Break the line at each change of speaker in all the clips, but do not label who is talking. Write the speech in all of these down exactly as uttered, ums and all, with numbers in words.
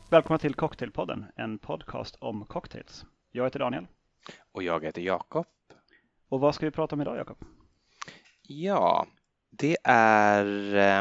Välkomna till Cocktailpodden, en podcast om cocktails. Jag heter Daniel.
Och jag heter Jakob.
Och vad ska vi prata om idag, Jakob?
Ja, det är eh,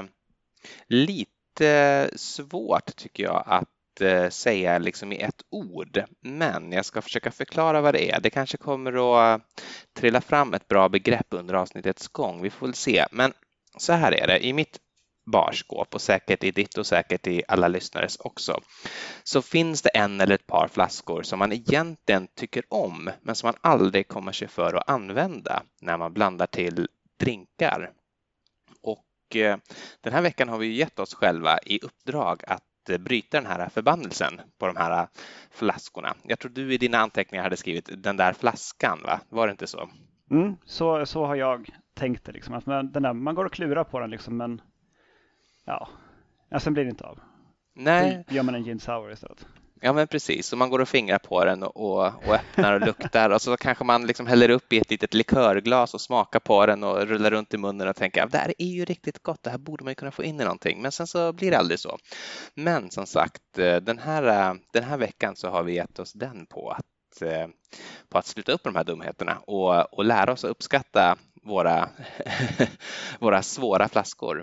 lite svårt tycker jag att eh, säga liksom i ett ord. Men jag ska försöka förklara vad det är. Det kanske kommer att trilla fram ett bra begrepp under avsnittets gång. Vi får väl se. Men så här är det. I mitt barskåp och säkert i ditt och säkert i alla lyssnares också, så finns det en eller ett par flaskor som man egentligen tycker om men som man aldrig kommer sig för att använda när man blandar till drinkar. Och eh, den här veckan har vi gett oss själva i uppdrag att eh, bryta den här förbannelsen på de här flaskorna. Jag tror du i dina anteckningar hade skrivit den där flaskan, va? Var det inte så?
Mm, så, så har jag tänkt det. Liksom. Att man, den där, man går och klurar på den, liksom, men ja, ja, sen blir det inte av.
Nej.
Då gör man en gin sour istället.
Ja, men precis. Så man går och fingrar på den och, och öppnar och luktar och så kanske man liksom häller upp i ett litet likörglas och smakar på den och rullar runt i munnen och tänker att det här är ju riktigt gott, det här borde man ju kunna få in i någonting. Men sen så blir det aldrig så. Men som sagt, den här, den här veckan så har vi gett oss den på att, på att sluta upp med de här dumheterna och, och lära oss att uppskatta våra, våra svåra flaskor.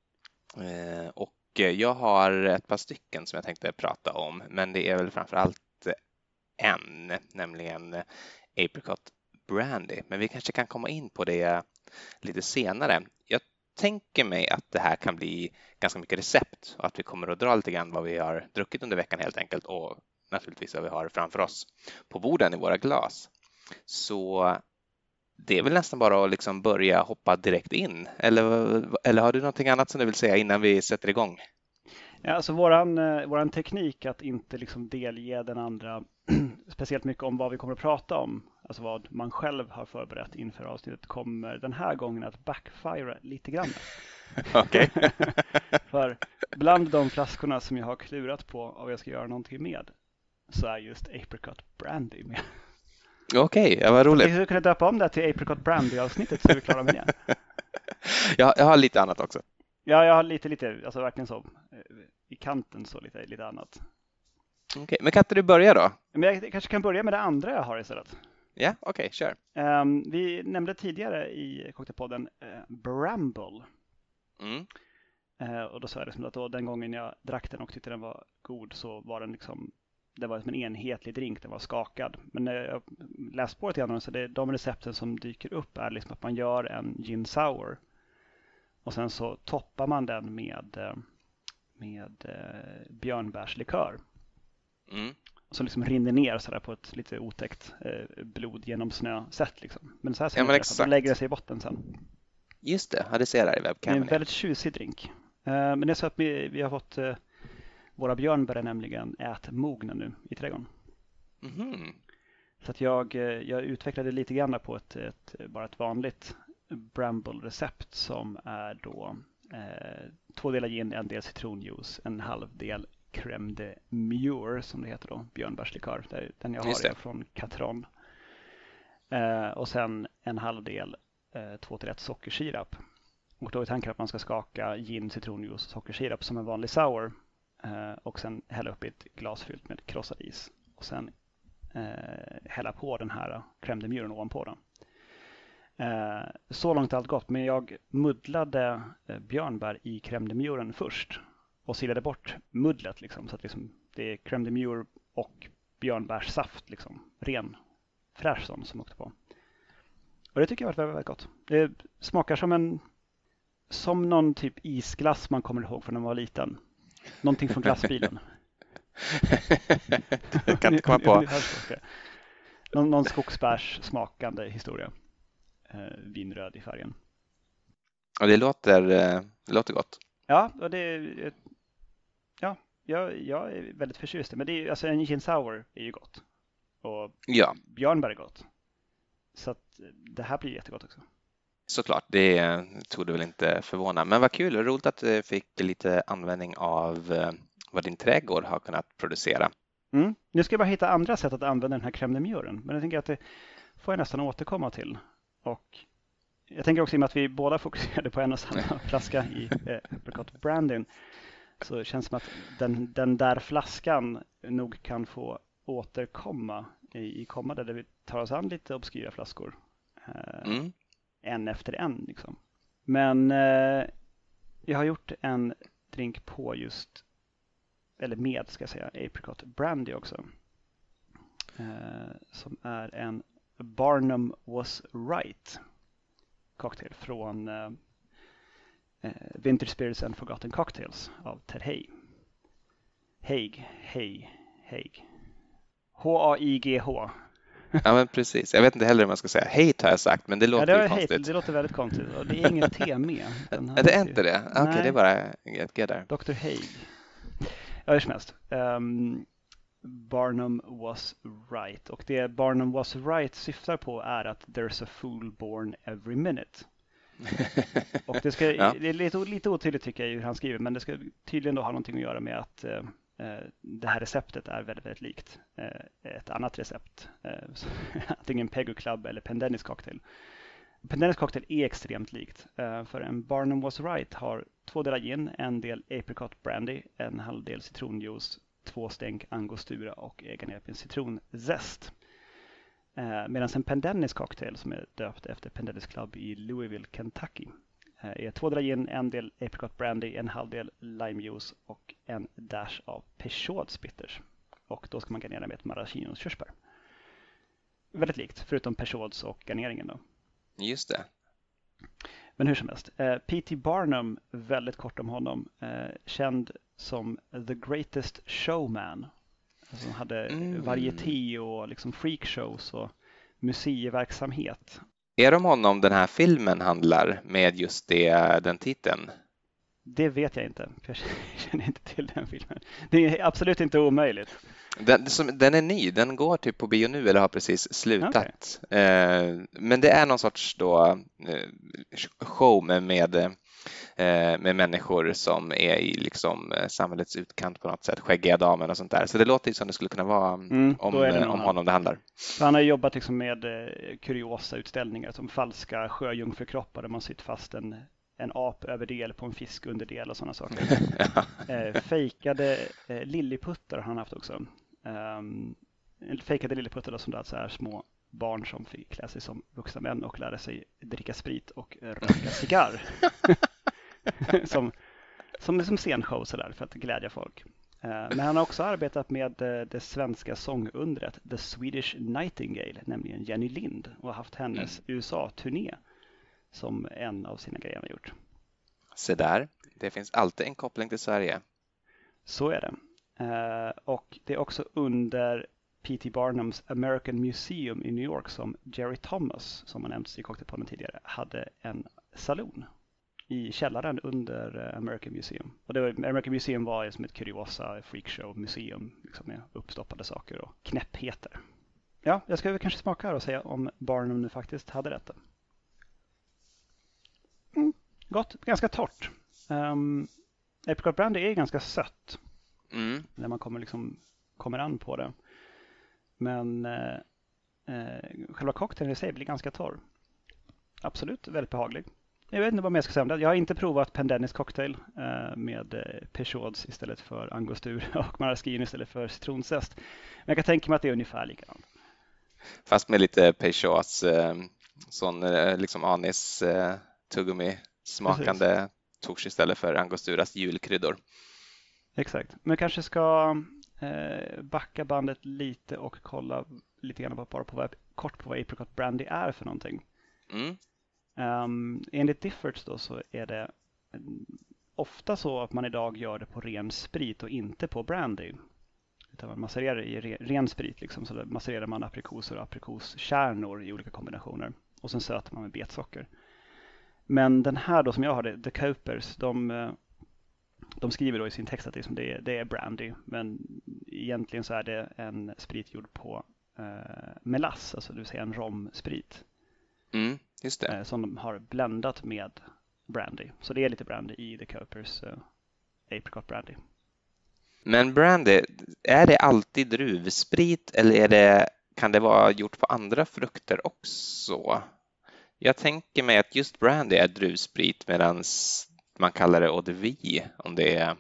Och jag har ett par stycken som jag tänkte prata om, men det är väl framför allt en, nämligen Apricot Brandy. Men vi kanske kan komma in på det lite senare. Jag tänker mig att det här kan bli ganska mycket recept och att vi kommer att dra lite grann vad vi har druckit under veckan helt enkelt och naturligtvis vad vi har framför oss på borden i våra glas. Så det är väl nästan bara att liksom börja hoppa direkt in. Eller, eller har du någonting annat som du vill säga innan vi sätter igång?
Ja, alltså våran, våran teknik att inte liksom delge den andra speciellt mycket om vad vi kommer att prata om, alltså vad man själv har förberett inför avsnittet, kommer den här gången att backfire lite grann.
Okej.
För bland de flaskorna som jag har klurat på och jag ska göra någonting med så är just Apricot Brandy med.
Okej, okay, ja, vad roligt.
Vi skulle kunna döpa om det till Apricot Brandy-avsnittet så är vi klara med det.
Ja, jag har lite annat också.
Ja, jag har lite, lite, alltså verkligen så. I kanten så lite, lite annat.
Okej, okay, men kan inte du börja då?
Men jag kanske kan börja med det andra jag har istället.
Ja, okej, okay, kör.
Um, vi nämnde tidigare i Cocktailpodden uh, Bramble.
Mm.
Uh, och då sa jag liksom att då, den gången jag drack den och tyckte den var god så var den liksom, det var som en enhetlig drink, den var skakad. Men när jag läst på lite grann så det, de recepten som dyker upp är liksom att man gör en gin sour och sen så toppar man den med, med eh, björnbärslikör.
Mm.
Som liksom rinner ner så där på ett lite otäckt eh, blod genom snö-sätt. Liksom. Men så här ser
ja,
det ut, då lägger det sig i botten sen.
Just det, ja, det ser jag i webcamen.
Det är en väldigt tjusig drink. Eh, men det är så att vi, vi har fått eh, våra björnbär är nämligen ätmogna nu i trädgården.
Mm.
Så att jag, jag utvecklade lite grann på ett, ett, bara ett vanligt Bramble-recept som är då eh, två delar gin, en del citronjuice, en halv del crème de mure som det heter då, björnbärslikör. Det är den jag har är från Catron. Eh, och sen en halv del eh, två till ett sockersirap. Och då är tanken att man ska skaka gin, citronjuice och sockersirap som en vanlig sour. Eh, och sen hälla upp i ett glas fyllt med krossad is. Och sen eh, hälla på den här crème de mure ovanpå den. Eh, så långt allt gott, men jag muddlade eh, björnbär i crème de muren först. Och silade bort muddlet liksom, så att liksom, det är crème de mure och björnbärssaft liksom, ren fräsch sån som åkte på. Och det tycker jag var väldigt, väldigt gott. Det smakar som en som någon typ isglass man kommer ihåg från när man var liten. Någonting från glassbilen.
Jag kan inte komma på.
Någon, någon skogsbärs smakande historia. Eh, vinröd i färgen.
Och det låter, det låter gott.
Ja, och det ja, jag, jag är väldigt förtjust. Men det är, alltså en gin sour är ju gott. Och
ja.
björnbär är gott. Så att det här blir jättegott också.
Såklart, det tog det väl inte förvåna. Men vad kul, roligt att du fick lite användning av vad din trädgård har kunnat producera.
Mm. Nu ska jag bara hitta andra sätt att använda den här crème de muren. Men jag tänker att det får jag nästan återkomma till. Och jag tänker också i och med att vi båda fokuserade på en och samma flaska i eh, Apricot Brandy Så det känns som att den, den där flaskan nog kan få återkomma i, i kommande där vi tar oss an lite obskyra flaskor. Eh,
Mm.
En efter en liksom. Men eh, jag har gjort en drink på just, eller med ska jag säga, apricot brandy också. Eh, som är en Barnum Was Right cocktail från eh, Vintage Spirits and Forgotten Cocktails av Ted Haig. Haig, Haig, Haig. H A I G H.
Ja, men precis. Jag vet inte heller hur man ska säga. Hate har jag sagt, men det låter
ja, det
ju
hate,
konstigt.
det låter väldigt konstigt. Och det är inget T med.
Är det inte det? Okej, okay, det är bara ett G där.
doktor Haig. Ja, hur som helst. Um, Barnum Was Right. Och det Barnum Was Right syftar på är att there's a fool born every minute. Och det, ska, ja. det är lite, lite otydligt tycker jag hur han skriver, men det ska tydligen då ha någonting att göra med att eh, det här receptet är väldigt, väldigt likt eh, ett annat recept. Eh, antingen Pegu Club eller Pendennis Cocktail. Pendennis Cocktail är extremt likt, eh, för en Barnum Was Right har två delar gin, en del apricot brandy, en halv del citronjuice, två stänk angostura och egenhjälpens citronzest. Eh, Medan en Pendennis Cocktail som är döpt efter Pendennis Club i Louisville, Kentucky eh, är två delar gin, en del apricot brandy, en halv del limejuice och en dash av Peugeot bitters. Och då ska man garnera med ett maraschino körsbär. Väldigt likt, förutom Peugeots och garneringen då.
Just det.
Men hur som helst, eh, P T Barnum, väldigt kort om honom, eh, känd som the greatest showman. Alltså han hade mm. varieté och liksom freakshows och museiverksamhet.
Är det om honom den här filmen handlar med just det, den titeln?
Det vet jag inte, för jag känner inte till den filmen. Det är absolut inte omöjligt.
Den, den är ny, den går typ på bio nu eller har precis slutat. Okay. Eh, men det är någon sorts då, eh, show med, med, eh, med människor som är i liksom, eh, samhällets utkant på något sätt, skäggiga damer och sånt där. Så det låter ju som det skulle kunna vara mm, om, eh, om honom det handlar.
För han har jobbat liksom med eh, kuriosa utställningar som falska sjöjungfrukroppar där man sitter fast en en apöverdel på en fiskunderdel och sådana saker. ja. eh, fejkade eh, lilliputtar har han haft också. Um, fejkade lilliputtar som alltså är små barn som fick klä sig som vuxna män och lära sig dricka sprit och röka cigarr. som, som, som scenshow sådär för att glädja folk. Uh, men han har också arbetat med uh, det svenska sångundret The Swedish Nightingale, nämligen Jenny Lind, och haft hennes mm. U S A-turné som en av sina grejer han har gjort.
Så där, det finns alltid en koppling till Sverige.
Så är det. Uh, och det är också under P T Barnums American Museum i New York som Jerry Thomas, som har nämnts i Cocktailpodden tidigare, hade en salon i källaren under American Museum. Och det var, American Museum var som ett kuriosa freakshow museum liksom med uppstoppade saker och knäppheter. Ja, jag ska väl kanske smaka här och säga om Barnum nu faktiskt hade detta. Mm, gott, ganska torrt. Um, apricot brandy är ganska sött
mm.
när man kommer, liksom, kommer an på det. Men eh, eh, själva cocktailen i sig blir ganska torr. Absolut väldigt behaglig. Jag vet inte vad mer jag ska säga om det. Jag har inte provat Pendennis cocktail eh, med eh, Peugeots istället för angostura och maraschino istället för citronzest. Men jag kan tänka mig att det är ungefär likadant.
Fast med lite Peugeots eh, sån eh, liksom anis eh, tuggummi smakande touch istället för angosturas julkryddor.
Exakt. Men jag kanske ska eh, backa bandet lite och kolla lite grann bara på vad, kort på vad apricot brandy är för någonting.
Mm.
Um, enligt Diffords då så är det ofta så att man idag gör det på ren sprit och inte på brandy. Utan man masserar i re, ren sprit liksom, så masserar man aprikoser och aprikoskärnor i olika kombinationer. Och sen söter man med betsocker. Men den här då som jag har det, The Copers, de, de skriver då i sin text att det, det, är, det är brandy. Men egentligen så är det en sprit gjord på eh, melass, alltså det vill säga en romsprit.
Mm, just det.
Som de har blandat med brandy. Så det är lite brandy i The Copers uh, apricot brandy.
Men brandy, är det alltid druvsprit eller är det, kan det vara gjort på andra frukter också? Jag tänker mig att just brandy är druvsprit medan man kallar det eau de vie om det är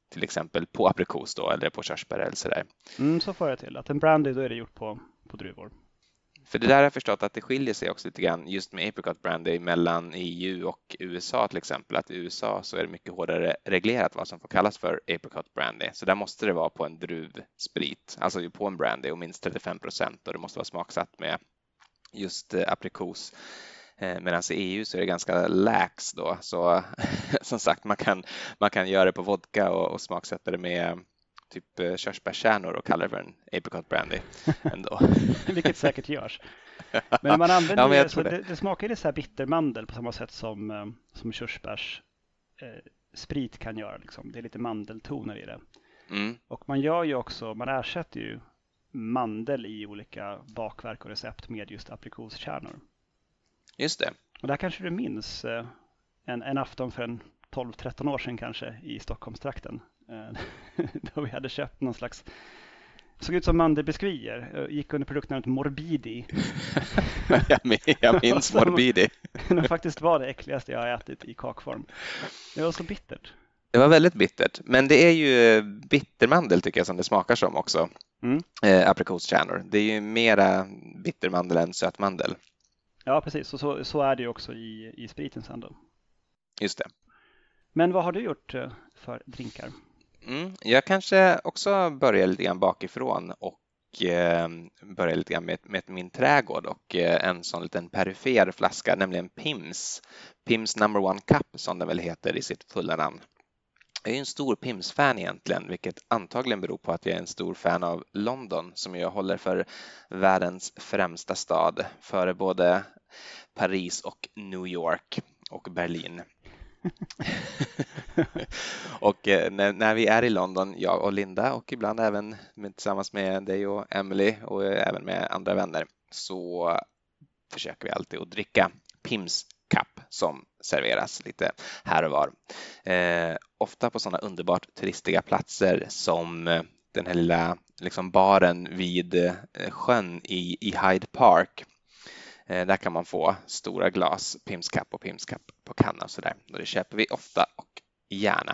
till exempel på aprikos då, eller på körsbär eller sådär.
Mm, så får jag till. Att en brandy, då är det gjort på, på druvor.
För det där har jag förstått att det skiljer sig också lite grann just med apricot brandy mellan E U och U S A till exempel. Att i U S A så är det mycket hårdare reglerat vad som får kallas för apricot brandy. Så där måste det vara på en druvsprit, alltså på en brandy och minst trettiofem procent, och det måste vara smaksatt med just aprikos. Medan i E U så är det ganska lax då. Så som sagt, man kan, man kan göra det på vodka och, och smaksätta det med typ körsbärskärnor och kallar det för en apricot brandy ändå.
Vilket säkert görs. Men när man använder
ja, men
det, så det. Det, det smakar ju lite så här bittermandel på samma sätt som, som körsbärs eh, sprit kan göra. Liksom. Det är lite mandeltoner i det.
Mm.
Och man gör ju också, man ersätter ju mandel i olika bakverk och recept med just aprikoskärnor.
Just det.
Och där kanske du minns eh, en, en afton för en tolv tretton år sedan kanske i Stockholmstrakten. Då vi hade köpt någon slags, såg ut som mandelbiskvier, gick under produktnamnet Morbidi.
Jag minns Morbidi.
Det faktiskt var det äckligaste jag har ätit i kakform. Det var så bittert.
Det var väldigt bittert, men det är ju bittermandel tycker jag som det smakar som också.
Mm.
Eh, aprikoskärnor. Det är ju mera bittermandel än sötmandel.
Ja, precis. Och så, så är det ju också i, i spriten sen då.
Just det.
Men vad har du gjort för drinkar?
Mm, jag kanske också börjar lite grann bakifrån och eh, börjar lite grann med, med min trädgård och eh, en sån liten perifer flaska, nämligen Pimm's. Pimm's number one cup som den väl heter i sitt fulla namn. Jag är en stor Pimm's-fan egentligen, vilket antagligen beror på att jag är en stor fan av London som jag håller för världens främsta stad, före både Paris och New York och Berlin. Och när, när vi är i London, jag och Linda och ibland även med, tillsammans med dig och Emily och även med andra vänner, så försöker vi alltid att dricka Pimm's Cup som serveras lite här och var. Eh, ofta på sådana underbart turistiga platser som den här lilla liksom baren vid eh, sjön i, i Hyde Park. Eh, där kan man få stora glas Pimm's Cup och Pimm's Cup på kanna och sådär. Och det köper vi ofta och gärna.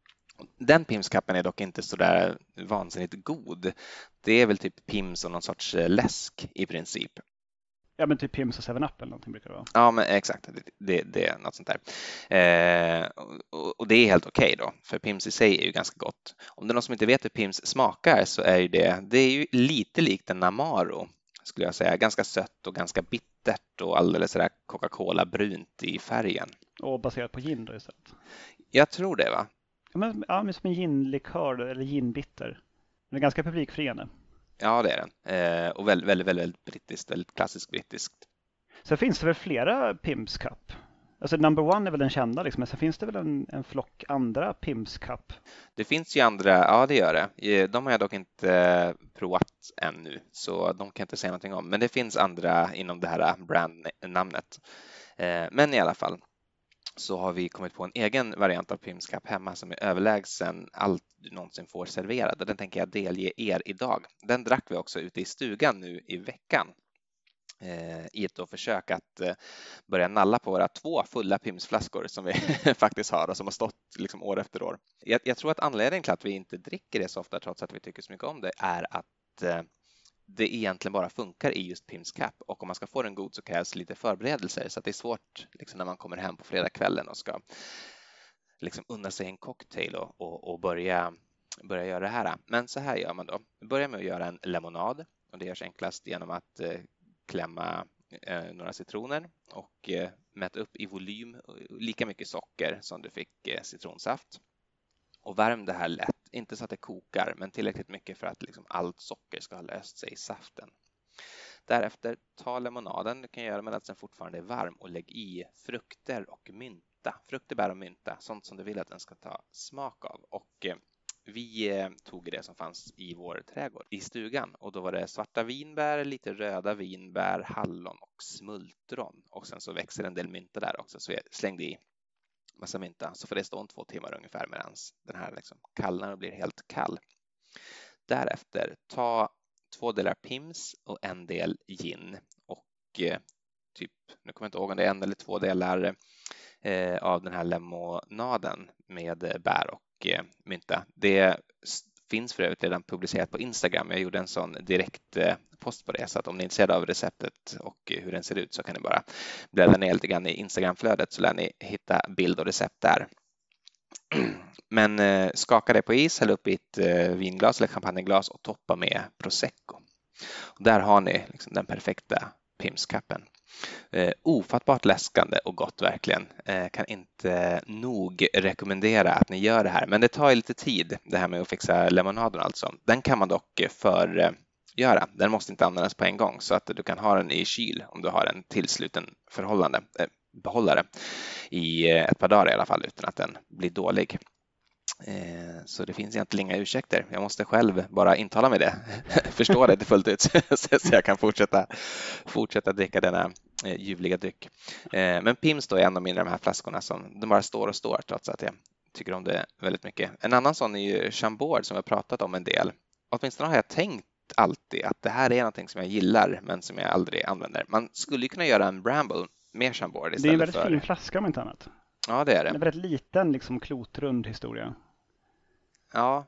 Den Pimm's Cupen är dock inte så där vansinnigt god. Det är väl typ Pimm's och någon sorts läsk i princip.
Ja, men typ Pimm's och seven up eller någonting brukar det vara.
Ja, men exakt. Det, det, det är något sånt där. Eh, och, och det är helt okej okay då, för Pimm's i sig är ju ganska gott. Om det är någon som inte vet hur Pimm's smakar så är ju det, det är ju lite likt en Amaro skulle jag säga. Ganska sött och ganska bittert och alldeles sådär Coca-Cola-brunt i färgen.
Och baserat på gin då istället?
Jag tror det, va?
Ja, men, ja, men som en ginlikör eller ginbitter. Den är ganska publikfriande.
Ja, det är den. Eh, och väldigt, väldigt, väldigt, väldigt brittiskt, väldigt klassiskt brittiskt.
Sen finns det väl flera Pimm's Cup? Alltså number one är väl den kända, liksom, men sen finns det väl en, en flock andra Pimm's Cup?
Det finns ju andra, ja det gör det. De har jag dock inte provat ännu, så de kan jag inte säga någonting om. Men det finns andra inom det här brandnamnet. Eh, men i alla fall så har vi kommit på en egen variant av Pimm's Cup hemma som är överlägsen allt du någonsin får serverad. Den tänker jag delge er idag. Den drack vi också ute i stugan nu i veckan. Eh, I ett försök att eh, börja nalla på våra två fulla Pimm's-flaskor som vi faktiskt har och som har stått liksom år efter år. Jag, jag tror att anledningen till att vi inte dricker det så ofta trots att vi tycker så mycket om det är att eh, det egentligen bara funkar i just Pimm's Cup, och om man ska få den god så krävs lite förberedelser, så att det är svårt liksom, när man kommer hem på fredagskvällen och ska liksom unna sig en cocktail och, och, och börja, börja göra det här. Men så här gör man då. Börja med att göra en lemonad, och det görs enklast genom att eh, klämma eh, några citroner och eh, mäta upp i volym lika mycket socker som du fick eh, citronsaft. Och värm det här lätt, inte så att det kokar, men tillräckligt mycket för att liksom allt socker ska ha löst sig i saften. Därefter ta lemonaden, du kan göra medan den fortfarande är varm, och lägg i frukter och mynta. Frukter, bär och mynta, sånt som du vill att den ska ta smak av. Och eh, vi eh, tog det som fanns i vår trädgård i stugan, och då var det svarta vinbär, lite röda vinbär, hallon och smultron. Och sen så växer en del mynta där också, så jag slängde i massa mynta, så får det stå om två timmar ungefär medan den här liksom kallnar och blir helt kall. Därefter ta två delar Pimm's och en del gin och eh, typ, nu kommer jag inte ihåg om det är en eller två delar eh, av den här lemonaden med bär och och eh, mynta. Det finns för övrigt redan publicerat på Instagram. Jag gjorde en sån direkt eh, post på det, så att om ni är intresserade av receptet och hur den ser ut så kan ni bara bläddra ner lite grann i Instagramflödet, så lär ni hitta bild och recept där. Men eh, skaka det på is, häll upp i ett eh, vinglas eller champagneglas och toppa med prosecco. Och där har ni liksom den perfekta Pimm's-kappen. Eh, ofattbart läskande och gott verkligen. Eh, kan inte nog rekommendera att ni gör det här. Men det tar ju lite tid, det här med att fixa lemonaden alltså. Den kan man dock för eh, göra. Den måste inte användas på en gång, så att du kan ha den i kyl om du har en tillsluten förhållande, eh, behållare i eh, ett par dagar i alla fall, utan att den blir dålig. Eh, så det finns egentligen inga ursäkter. Jag måste själv bara intala mig det, förstå det fullt ut så jag kan fortsätta, fortsätta dricka denna eh, ljuvliga dryck. Eh, men Pimm's då är en av mina de här flaskorna som de bara står och står, trots att jag tycker om det väldigt mycket. En annan sån är ju Chambord som jag pratat om en del. Åtminstone har jag tänkt alltid att det här är någonting som jag gillar men som jag aldrig använder. Man skulle ju kunna göra en Bramble med Chambord istället för...
Det är en väldigt för... fin flaska om inte annat.
Ja, det är det.
En väldigt liten, liksom klotrund historia.
Ja,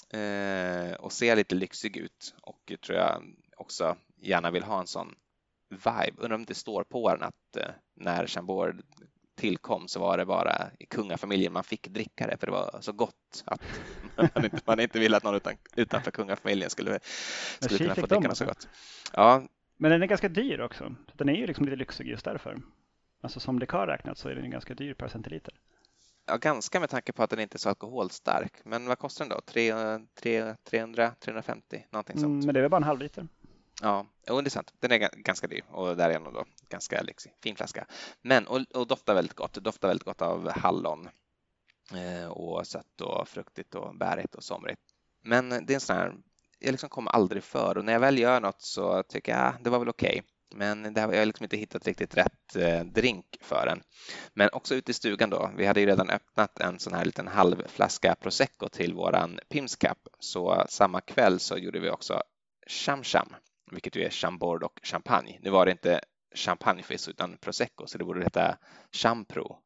eh, och ser lite lyxig ut, och tror jag också gärna vill ha en sån vibe. Undrar om det står på den att eh, när Chambord tillkom så var det bara i kungafamiljen man fick dricka det, för det var så gott att man inte, man inte ville att någon utan, utanför kungafamiljen skulle, skulle kunna få dricka något så gott. Ja.
Men den är ganska dyr också. Den är ju liksom lite lyxig just därför. Alltså som likör räknat så är den ganska dyr per centiliter.
Ja, ganska, med tanke på att den inte är så alkoholstark. Men vad kostar den då? trehundra, trehundrafemtio, någonting sånt.
Mm, men det är väl bara en halv liter.
Ja, och det är sant. Den är ganska dyr och där är den då ganska lyxig. Fin flaska. Men, och, och doftar väldigt gott. Doftar väldigt gott av hallon. Eh, och sött och fruktigt och bärigt och somrigt. Men det är en sån här, jag liksom kommer aldrig för. Och när jag väl gör något så tycker jag, ah, det var väl okej. Okay. Men det har jag liksom inte hittat riktigt rätt eh, drink för den. Men också ute i stugan då. Vi hade ju redan öppnat en sån här liten halvflaska prosecco till våran Pimm's Cup. Så samma kväll så gjorde vi också cham cham, vilket ju är chambord och champagne. Nu var det inte champagnefizz utan prosecco, så det borde heta champro.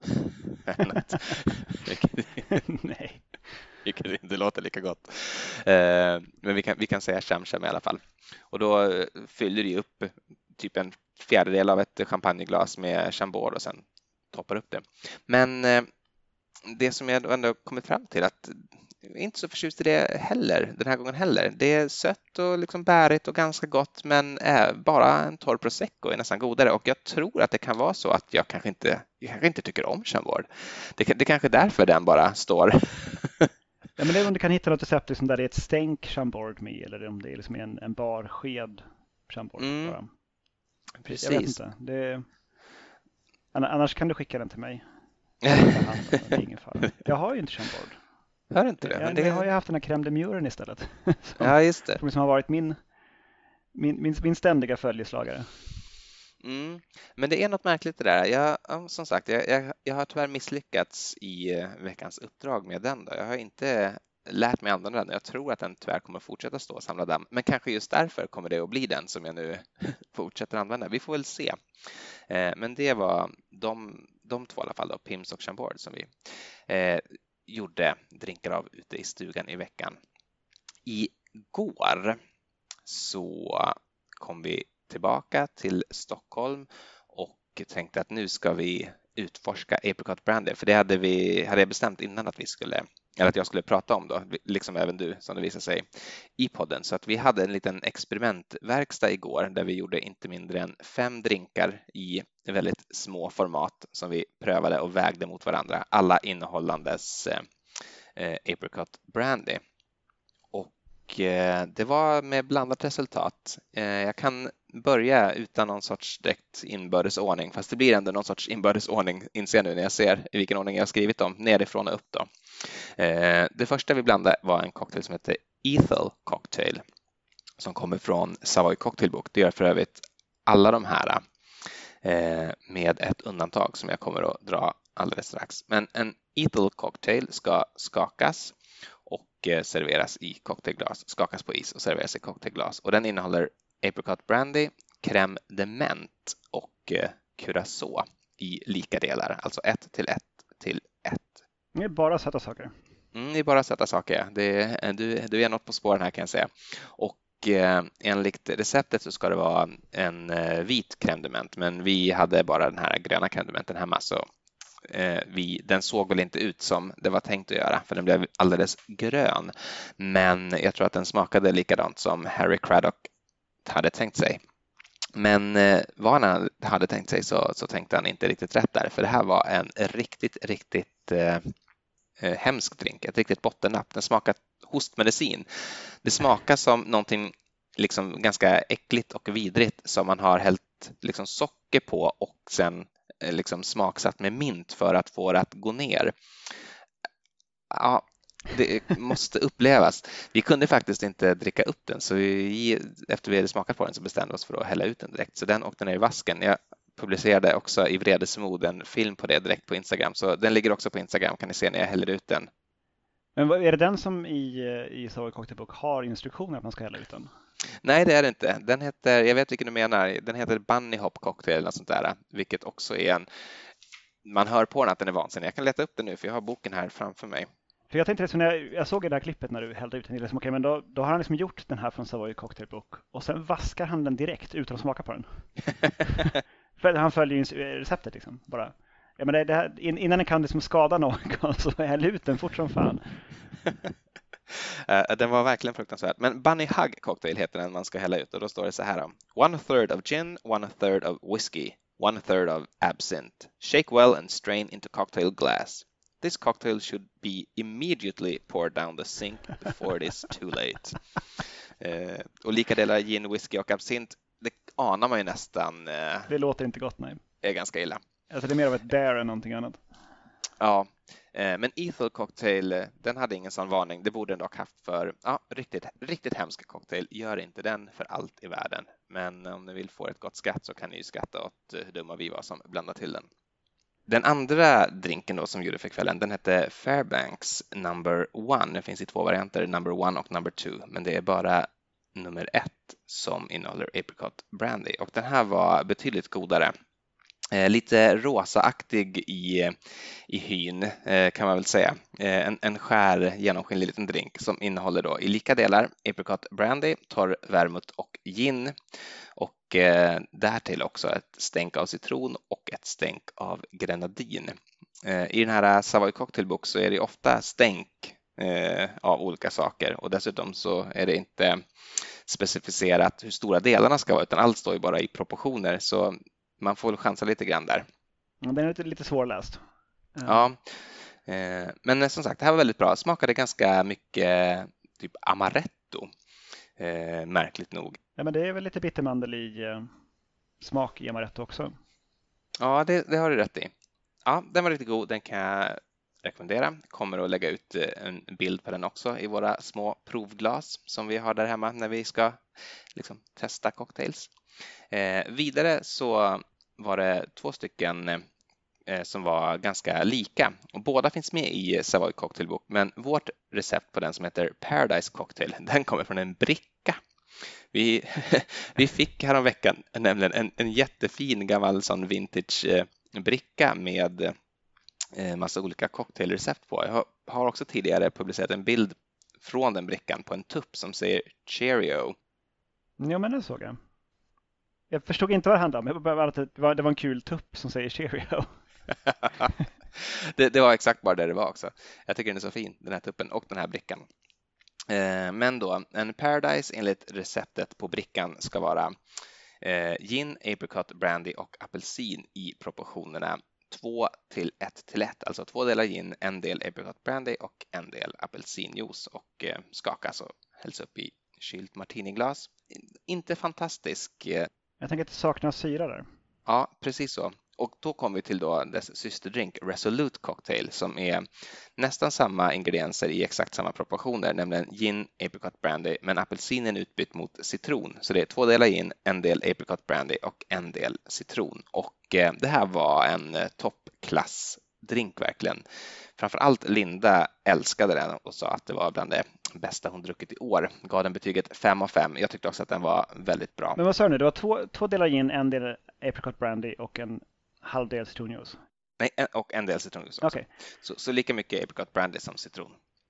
Nej.
Vilket inte låter lika gott. Eh, men vi kan, vi kan säga cham cham i alla fall. Och då fyller det upp typ en fjärdedel av ett champagneglas med chambord och sen toppar upp det. Men eh, det som jag ändå kommit fram till, att jag är inte så förtjust i det heller, den här gången heller. Det är sött och liksom bärigt och ganska gott, men äh, bara en torr prosecco är nästan godare. Och jag tror att det kan vara så att jag kanske inte, jag kanske inte tycker om chambord. Det, det kanske är därför den bara står.
Ja, men det är om du kan hitta något recept liksom där det är ett stänk chambord med, eller om det är liksom en, en bar sked chambord.
Mm.
Bara.
Precis.
Jag vet inte. Det... Annars kan du skicka den till mig. Det är ingen fara. Jag har ju inte chambord.
Hör inte det?
Jag,
men det...
jag har ju haft den här crème de muren istället. som,
ja, just det.
Som har varit min, min, min, min ständiga följeslagare.
Mm. Men det är något märkligt det där. Jag, som sagt, jag, jag, jag har tyvärr misslyckats i veckans uppdrag med den. Då. Jag har inte lärt mig använda den. Jag tror att den tyvärr kommer fortsätta stå och samla damm. Men kanske just därför kommer det att bli den som jag nu fortsätter använda. Vi får väl se. Eh, men det var de, de två i alla fall, då, Pimm's och Chambord, som vi eh, gjorde drinkar av ute i stugan i veckan. Igår så kom vi tillbaka till Stockholm och tänkte att nu ska vi utforska Apricot Brandy, för det hade vi hade jag bestämt innan att vi skulle, eller att jag skulle prata om då, liksom även du som det visar sig i podden. Så att vi hade en liten experimentverkstad igår där vi gjorde inte mindre än fem drinkar i väldigt små format som vi prövade och vägde mot varandra, alla innehållandes eh, Apricot Brandy. Och eh, det var med blandat resultat. Eh, jag kan börja utan någon sorts direkt inbördes ordning, fast det blir ändå någon sorts inbördes ordning, inser jag nu när jag ser i vilken ordning jag har skrivit dem, nerifrån och upp då. Eh, det första vi blandade var en cocktail som heter Ethel Cocktail som kommer från Savoy Cocktailbook. Det gör för övrigt alla de här eh, med ett undantag som jag kommer att dra alldeles strax. Men en Ethel Cocktail ska skakas och eh, serveras i cocktailglas, skakas på is och serveras i cocktailglas. Och den innehåller Apricot Brandy, crème de menthe och eh, curacao i lika delar, alltså ett till ett till ett.
Det är bara söta saker.
Mm, det är bara söta saker. Det är, du, du är något på spåren här kan jag säga. Och eh, enligt receptet så ska det vara en eh, vit crème de menthe, men vi hade bara den här gröna crème de menthe hemma, så eh, vi, den såg väl inte ut som det var tänkt att göra, för den blev alldeles grön. Men jag tror att den smakade likadant som Harry Craddock hade tänkt sig. Men eh, vad han hade tänkt sig så, så tänkte han inte riktigt rätt där, för det här var en riktigt, riktigt eh, eh, hemsk drink, ett riktigt bottennapp. Den smakar hostmedicin. Det smakar som någonting liksom ganska äckligt och vidrigt som man har hällt liksom socker på och sen eh, liksom smaksatt med mint för att få det att gå ner. Ja, det måste upplevas. Vi kunde faktiskt inte dricka upp den, så vi, efter vi hade smakat på den så bestämde vi oss för att hälla ut den direkt. Så den åkte ner i vasken. Jag publicerade också i vredesmod en film på det direkt på Instagram, så den ligger också på Instagram, kan ni se när jag häller ut den.
Men vad, är det den som i, i Savoy Cocktail Book har instruktioner att man ska hälla ut den?
Nej, det är det inte. Den heter, jag vet vilken du menar, den heter Bunny Hop Cocktail eller något sånt där, vilket också är en, man hör på den att den är vansinnig. Jag kan leta upp den nu för jag har boken här framför mig.
För jag tänkte det, så när jag, jag såg det där klippet när du hällde ut den, liksom, okay, men då, då har han liksom gjort den här från Savoy Cocktail Book och sen vaskar han den direkt utan att smaka på den. För han följer ju receptet liksom, bara. Ja, men det, det här, innan den kan liksom skada någon så häll ut den fort som fan.
Den var verkligen fruktansvärd. Men Bunny Hug Cocktail heter den man ska hälla ut, och då står det så här: one third of gin, one third of whiskey, one third of absinthe. Shake well and strain into cocktail glass. This cocktail should be immediately poured down the sink before it is too late. Eh, och lika delar gin, whisky och absint, det anar man ju nästan. Eh,
det låter inte gott, nej.
Är ganska illa.
Alltså det är mer av ett dare än någonting annat.
Ja, eh, men Ethel Cocktail, den hade ingen sån varning. Det borde den dock haft för, ja, riktigt, riktigt hemsk cocktail. Gör inte den för allt i världen. Men om ni vill få ett gott skratt så kan ni ju skratta åt hur dumma vi var som blandade till den. Den andra drinken då som vi gjorde för kvällen, den hette Fairbanks number one. Det finns i två varianter, number one och number two, men det är bara nummer ett som innehåller apricot brandy. Och den här var betydligt godare. Eh, lite rosaaktig i, i hyn eh, kan man väl säga. Eh, en, en skär genomskinlig liten drink som innehåller då i lika delar apricot brandy, torr vermouth och gin. Och eh, därtill också ett stänk av citron och ett stänk av grenadin. Eh, I den här Savoy Cocktail Book så är det ofta stänk eh, av olika saker, och dessutom så är det inte specificerat hur stora delarna ska vara, utan allt står ju bara i proportioner, så man får chansa lite grann där.
Ja, den är lite, lite svårläst.
Ja, eh, men som sagt, det här var väldigt bra. Smakade ganska mycket typ amaretto, eh, märkligt nog.
Ja, men det är väl lite bittermandel i eh, smak i amaretto också.
Ja, det, det har du rätt i. Ja, den var riktigt god. Den kan jag rekommendera. Kommer att lägga ut en bild på den också i våra små provglas som vi har där hemma när vi ska liksom testa cocktails. Eh, vidare så var det två stycken eh, som var ganska lika, och båda finns med i Savoy Cocktail Book, men vårt recept på den som heter Paradise Cocktail, den kommer från en bricka. Vi, vi fick häromveckan nämligen en, en jättefin gammal sån vintage eh, bricka med eh, massa olika cocktailrecept på. Jag har, har också tidigare publicerat en bild från den brickan på en tupp som säger Cheerio.
Ja, men det såg jag. Jag förstod inte vad det handlade om. Jag bara att det var, det var en kul tupp som säger Cheerio.
det, det var exakt bara det det var också. Jag tycker den är så fin, den här tuppen och den här brickan. Eh, men då, en Paradise enligt receptet på brickan ska vara eh, gin, apricot, brandy och apelsin i proportionerna två till ett till ett. Alltså två delar gin, en del apricot brandy och en del apelsinjuice, och eh, skakas och hälls upp i kylt martiniglas. Inte fantastisk. Eh,
Jag tänker att det saknas syra där.
Ja, precis så. Och då kommer vi till då dess systerdrink Resolute Cocktail, som är nästan samma ingredienser i exakt samma proportioner, nämligen gin, apricot brandy, men apelsinen utbytt mot citron. Så det är två delar gin, en del apricot brandy och en del citron. Och eh, det här var en eh, toppklassdrink verkligen. Framförallt Linda älskade den och sa att det var bland det bästa hon druckit i år. Gav den betyget fem av fem. Jag tyckte också att den var väldigt bra.
Men vad sa du nu? Det var två, två delar gin, en del apricot brandy och en halv del citronjuice.
Nej, och en del citronjuice också.
Okay.
Så, så lika mycket apricot brandy som citron.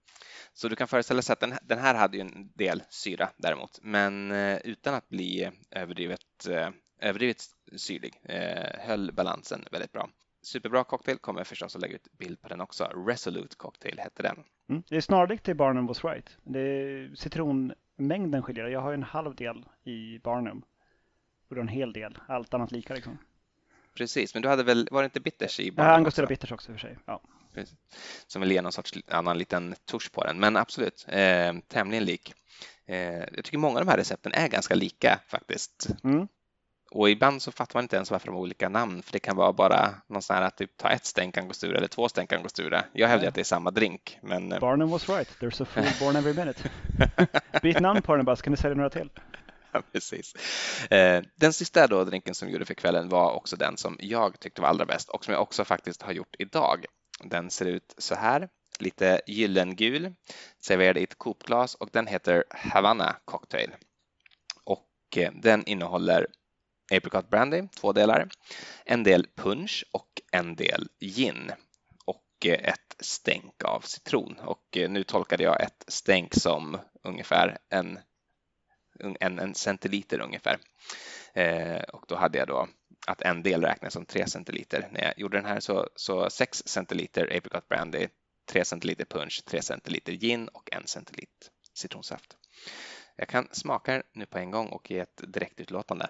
Så du kan föreställa sig att den, den här hade ju en del syra däremot, men eh, utan att bli överdrivet, eh, överdrivet syrlig. Eh, höll balansen väldigt bra. Superbra cocktail, kommer förstås att lägga ut bild på den också. Resolute Cocktail hette den.
Mm. Det är snarlikt till Barnum was right. Det är citronmängden skiljer. Jag har ju en halv del i Barnum. Och en hel del. Allt annat lika liksom.
Precis, men du hade väl, var det inte bitters i Barnum?
Ja, Angostura bitters också i och för sig. Ja.
Precis. Som vill ge någon sorts annan liten touch på den. Men absolut, eh, tämligen lik. Eh, jag tycker många av de här recepten är ganska lika faktiskt.
Mm.
Och ibland så fattar man inte ens varför de har olika namn. För det kan vara bara någon sån här att typ ta ett stänk angostura eller två stänk angostura. Jag hävdar att det är samma drink. Men...
Barnum was right. There's a fool born every minute. Byt namn på den bara, så kan du sälja några till.
Ja, precis. Den sista då drinken som vi gjorde för kvällen var också den som jag tyckte var allra bäst och som jag också faktiskt har gjort idag. Den ser ut så här, lite gyllengul, serverad i ett kopglas och den heter Havana Cocktail. Och den innehåller apricot brandy, två delar, en del punch och en del gin och ett stänk av citron. Och nu tolkade jag ett stänk som ungefär en En, en centiliter ungefär. Eh, och då hade jag då att en del räknas som tre centiliter. När jag gjorde den här så, så sex centiliter apricot brandy, tre centiliter punch, tre centiliter gin och en centiliter citronsaft. Jag kan smaka nu på en gång och ge ett direktutlåtande.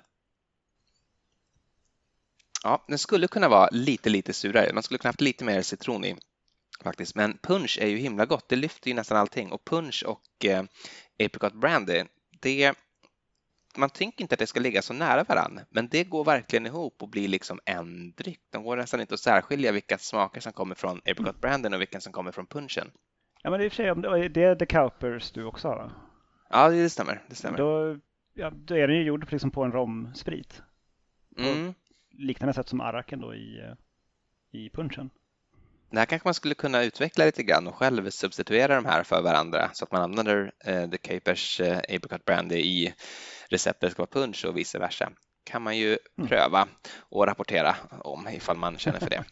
Ja, den skulle kunna vara lite, lite surare. Man skulle kunna haft lite mer citron i faktiskt. Men punch är ju himla gott. Det lyfter ju nästan allting. Och punch och eh, apricot brandy, det, man tänker inte att det ska ligga så nära varann, men det går verkligen ihop och blir liksom en dryck. De går nästan inte att särskilja vilka smaker som kommer från apricot branden och vilka som kommer från punchen.
Ja, men det är i och för sig, det är The Cowpers du också har, va?
Ja, det stämmer. Det stämmer.
Då, ja, då är den ju gjord liksom på en romsprit.
Mm.
Liknande sätt som araken då i, i punchen.
Det här kanske man skulle kunna utveckla lite grann och själv substituera de här för varandra så att man använder eh, The Capers eh, apricot brandy i receptet ska vara punch och vice versa. Kan man ju mm. pröva och rapportera om ifall man känner för det.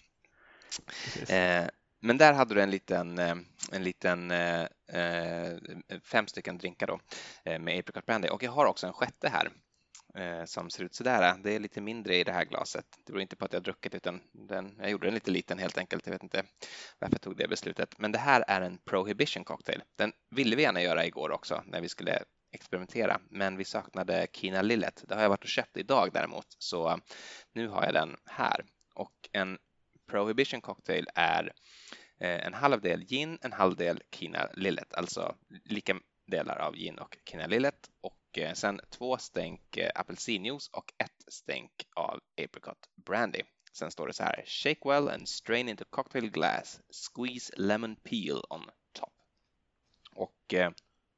eh, men där hade du en liten, eh, en liten eh, fem stycken drinkar då eh, med apricot brandy och jag har också en sjätte här. Som ser ut sådär. Det är lite mindre i det här glaset. Det beror inte på att jag druckit utan den, jag gjorde den lite liten helt enkelt. Jag vet inte varför jag tog det beslutet. Men det här är en Prohibition cocktail. Den ville vi gärna göra igår också när vi skulle experimentera. Men vi saknade Kina Lillet. Det har jag varit och köpt idag däremot. Så nu har jag den här. Och en Prohibition cocktail är en halv del gin, en halv del Kina Lillet. Alltså lika delar av gin och Kina Lillet. Och sen två stänk apelsinjuice och ett stänk av apricot brandy. Sen står det så här: shake well and strain into cocktail glass. Squeeze lemon peel on top. Och eh,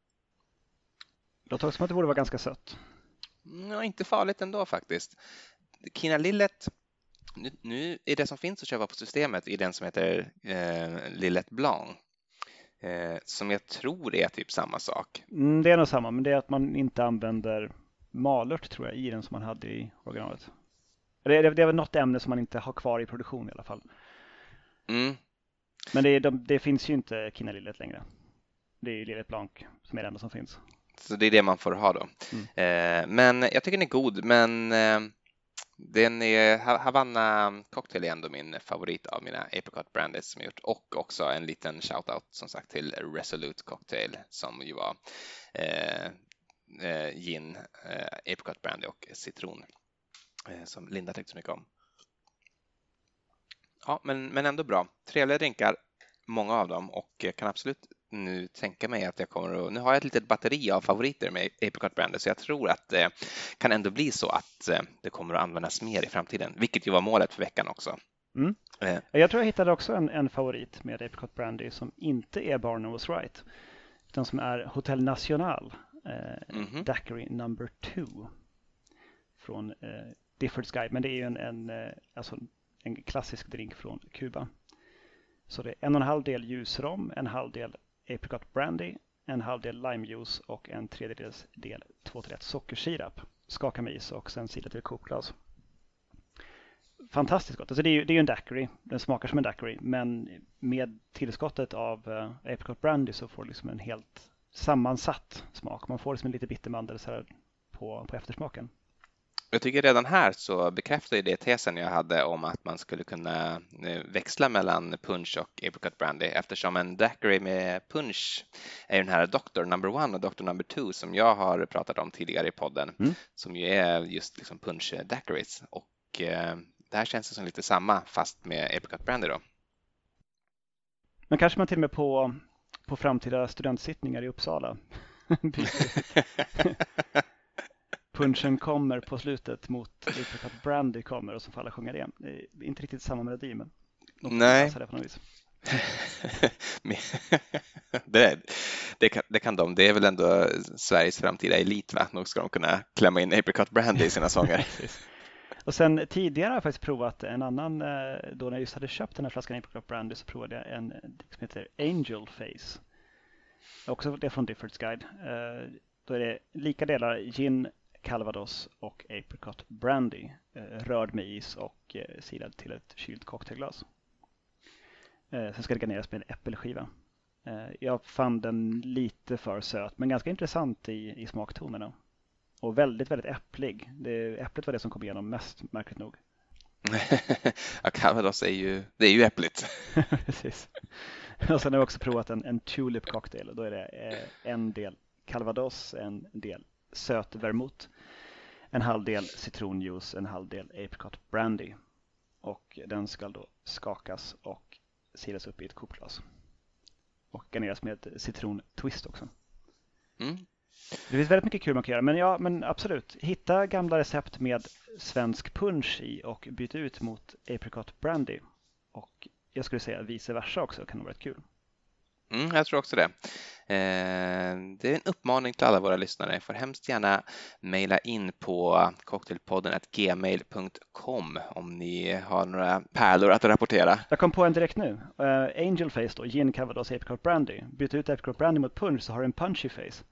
det låter också som att det borde vara ganska sött.
Ja, inte farligt ändå faktiskt. Kina Lillet, nu, nu är det som finns att köpa på systemet i den som heter eh, Lillet Blanc. Eh, som jag tror är typ samma sak.
Mm, det är nog samma, men det är att man inte använder malört tror jag i den som man hade i originalet. Det är, det är väl något ämne som man inte har kvar i produktion i alla fall.
Mm.
Men det, är, de, det finns ju inte Kina Lillet längre. Det är ju Lillet Blanc som är det enda som finns.
Så det är det man får ha då. Mm. Eh, men jag tycker den är god, men eh, den är, Havana Cocktail är ändå min favorit av mina apricot brandies som jag gjort. Och också en liten shoutout som sagt till Resolute Cocktail som ju var eh, eh, gin, eh, apricot brandy och citron eh, som Linda tyckte så mycket om. Ja, men, men ändå bra. Trevliga drinkar, många av dem och kan absolut nu tänka mig att jag kommer att, nu har jag ett litet batteri av favoriter med apricot brandy så jag tror att det kan ändå bli så att det kommer att användas mer i framtiden, vilket ju var målet för veckan också.
Mm. Eh. Jag tror jag hittade också en, en favorit med apricot brandy som inte är Barnum was right utan som är Hotel Nacional eh, mm-hmm. Daiquiri number two från eh, Difford's Guide, men det är ju en, en, eh, alltså en klassisk drink från Kuba. Så det är en och en halv del ljusrom, en halv del apricot brandy, en halv del limejuice och en tredjedels del två till ett sockersirap. Skaka med is och sen sila till kokglas. fantastiskt gott. Alltså det är ju det är ju en daiquiri, den smakar som en daiquiri, men med tillskottet av uh, apricot brandy så får du liksom en helt sammansatt smak. Man får liksom en lite bitter mandel så här på, på eftersmaken.
Jag tycker redan här så bekräftar ju det tesen jag hade om att man skulle kunna växla mellan punch och apricot brandy, eftersom en daiquiri med punch är den här doctor number one och doctor number two som jag har pratat om tidigare i podden, mm. som ju är just liksom punch daiquiris, och eh, det här känns som lite samma fast med apricot brandy då.
Men kanske man till och med på, på framtida studentsittningar i Uppsala punchen kommer på slutet mot apricot brandy kommer och så får alla sjunga det. Det är inte riktigt samma melodi, men de
Nej.
det på något vis.
det, det, kan, det kan de. Det är väl ändå Sveriges framtida elit, va? Nog ska de kunna klämma in apricot brandy i sina sånger.
Och sen tidigare har jag faktiskt provat en annan, då när jag just hade köpt den här flaskan apricot brandy så provade jag en som heter Angel Face. Också det från Difford's Guide. Då är det lika delar gin, calvados och apricot brandy, rörd med is och silad till ett kylt cocktailglas. Sen ska det garneras med en äppelskiva. Jag fann den lite för söt, men ganska intressant i, i smaktonerna. Och väldigt, väldigt äpplig. Det, äpplet var det som kom igenom mest, märkligt nog.
Ja, calvados är ju, det är ju äppligt.
Precis. Och sen har jag också provat en, en tulip cocktail. Och då är det en del calvados, en del söt vermouth, en halv del citronjuice, en halv del apricot brandy. Och den ska då skakas och silas upp i ett kokglas. Och garneras med citrontwist också.
Mm.
Det finns väldigt mycket kul man kan göra. Men ja, men absolut. Hitta gamla recept med svensk punch i och byta ut mot apricot brandy. Och jag skulle säga vice versa också kan nog vara rätt kul.
Mm, jag tror också det. Eh, det är en uppmaning till alla våra lyssnare. Får hemskt gärna mejla in på cocktailpodden at gmail punkt com om ni har några pärlor att rapportera.
Jag kom på en direkt nu. Uh, Angel Face då, gin, calvados, apricot brandy. Byt ut apricot brandy mot punch så har du en punchy face.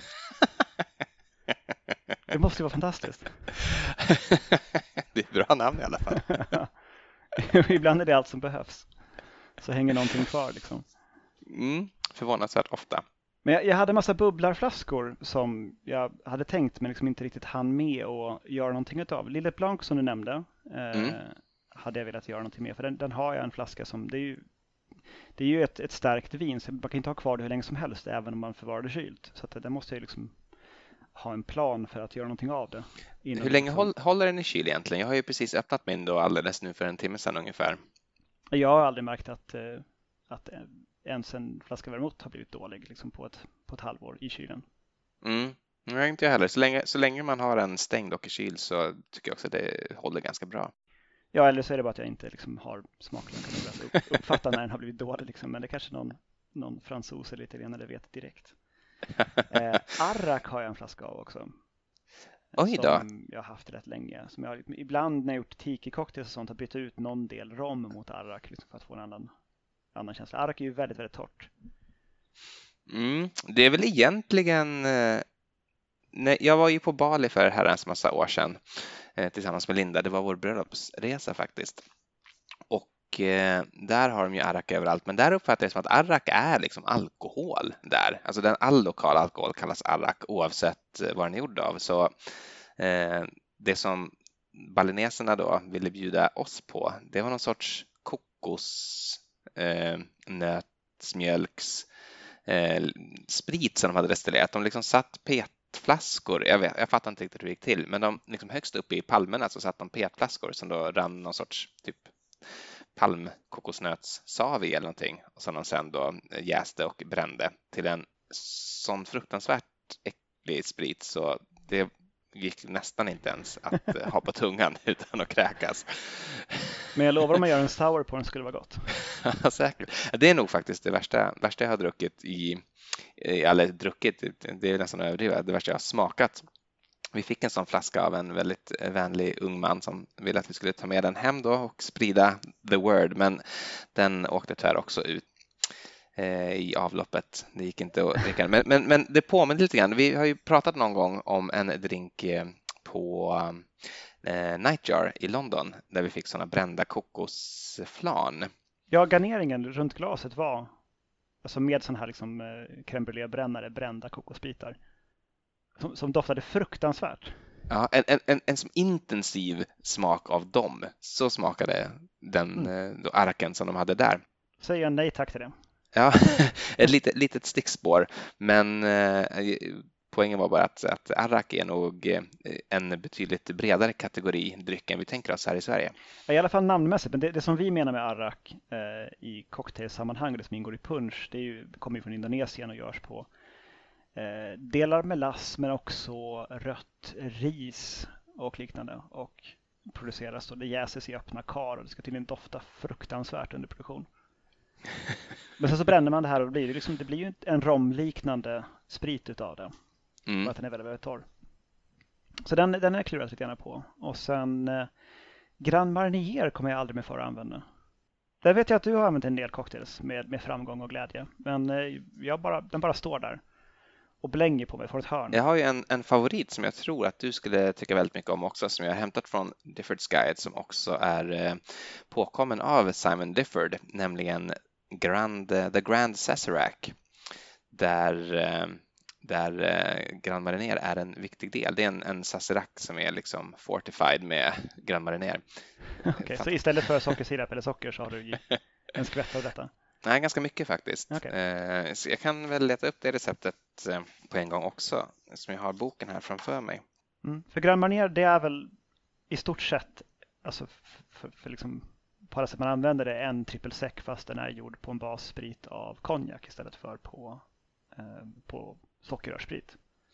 Det måste ju vara fantastiskt.
Det är ett bra namn i alla fall.
Ibland är det allt som behövs. Så hänger någonting kvar liksom.
Mm, förvånansvärt ofta.
Men jag, jag hade en massa bubblarflaskor som jag hade tänkt men liksom inte riktigt hann med att göra någonting utav. Lillet Blanc som du nämnde eh, mm. hade jag velat göra någonting med. För den, den har jag en flaska som, det är ju, det är ju ett, ett starkt vin så man kan inte ha kvar det hur länge som helst även om man förvarar det kylt. Så att det måste jag liksom ha en plan för att göra någonting av det.
Hur länge håll, håller den i kyl egentligen? Jag har ju precis öppnat min då alldeles nu för en timme sedan ungefär.
Jag har aldrig märkt att, att ens en flaska vermouth har blivit dålig liksom på, ett, på ett halvår i kylen.
Mm. Nej, inte jag heller. Så länge, så länge man har en stängd och i kyl så tycker jag också att det håller ganska bra.
Ja, eller så är det bara att jag inte liksom har smaken att uppfatta när den har blivit dålig. Liksom. Men det är kanske någon, någon fransos eller italienare vet direkt. Eh, Arrak har jag en flaska av också.
Oj då.
Som jag har haft rätt länge. Som jag har, ibland när jag gjort tiki-cocktails och sånt har bytt ut någon del rom mot Arrak liksom, för att få en annan, annan känsla. Arrak är ju väldigt, väldigt torrt.
Mm, det är väl egentligen... Eh, nej, jag var ju på Bali för herrans massa år sedan eh, tillsammans med Linda. Det var vår bröllopsresa faktiskt. Och eh, där har de ju Arrak överallt. Men där uppfattar jag som att Arrak är liksom alkohol där. Alltså den all lokal alkohol kallas Arrak oavsett vad den är gjord av. Så eh, det som balineserna då ville bjuda oss på, det var någon sorts kokos, eh, nötsmjölks, eh, sprit som de hade destillerat. De liksom satt petflaskor, jag, vet, jag fattar inte riktigt hur det gick till, men de liksom högst uppe i palmerna så satt de petflaskor som då rann någon sorts typ palmkokosnötssavi eller någonting och som de sen då jäste och brände till en sån fruktansvärt äcklig sprit så det gick nästan inte ens att ha på tungan utan att kräkas.
Men jag lovar om man gör en sour på den skulle det vara gott.
Ja, säkert. Det är nog faktiskt det värsta, värsta jag har druckit i, eller druckit, det är nästan överdrivet, det värsta jag har smakat. Vi fick en sån flaska av en väldigt vänlig ung man som ville att vi skulle ta med den hem då och sprida the word, men den åkte tyvärr också ut eh, i avloppet. Det gick inte att dricka. Men, men, men det påminner lite grann. Vi har ju pratat någon gång om en drink eh, på eh, Nightjar i London där vi fick sådana brända kokosflan.
Ja, garneringen runt glaset var alltså med sån här liksom, eh, crème brûlée-brännare, brända kokosbitar. Som, som doftade fruktansvärt.
Ja, en, en, en, en som intensiv smak av dem. Så smakade den
Mm.
eh, då arken som de hade där.
Säger jag nej tack till det.
Ja, ett litet, litet stickspår. Men eh, poängen var bara att, att arrak är nog eh, en betydligt bredare kategori dryck än vi tänker oss här i Sverige.
Ja, i alla fall namnmässigt, men det, det som vi menar med arrak eh, i cocktailsammanhang, det som ingår i punch, det är ju, kommer ju från Indonesien och görs på eh, delar melass men också rött ris och liknande. Och produceras då, det jäses i öppna kar och det ska tydligen dofta fruktansvärt under produktion. Men sen så bränner man det här och det blir, liksom, det blir ju en romliknande sprit utav det.
Mm.
Bara att den är väldigt, väldigt torr. Så den, den är jag klurat lite grann på. Och sen eh, Grand Marnier kommer jag aldrig med för att använda. Där vet jag att du har använt en del cocktails med, med framgång och glädje. Men eh, jag bara, den bara står där och blänger på mig för ett hörn.
Jag har ju en, en favorit som jag tror att du skulle tycka väldigt mycket om också, som jag har hämtat från Difford's Guide, som också är eh, påkommen av Simon Difford, nämligen Grand, The Grand Sazerac, där, eh, där eh, Grand Marnier är en viktig del. Det är en, en Sazerac som är liksom fortified med Grand Marnier.
Okej, okay, så istället för sockersirap eller socker så har du en skvätt av detta?
Nej, ganska mycket faktiskt.
Okay.
Eh, så jag kan väl leta upp det receptet eh, på en gång också, som jag har boken här framför mig.
Mm. För Grand Marnier, det är väl i stort sett, alltså för, för, för liksom, på alla sätt man använder det, en triple sec fast den är gjord på en bassprit av konjak istället för på, eh, på sockerrörssprit.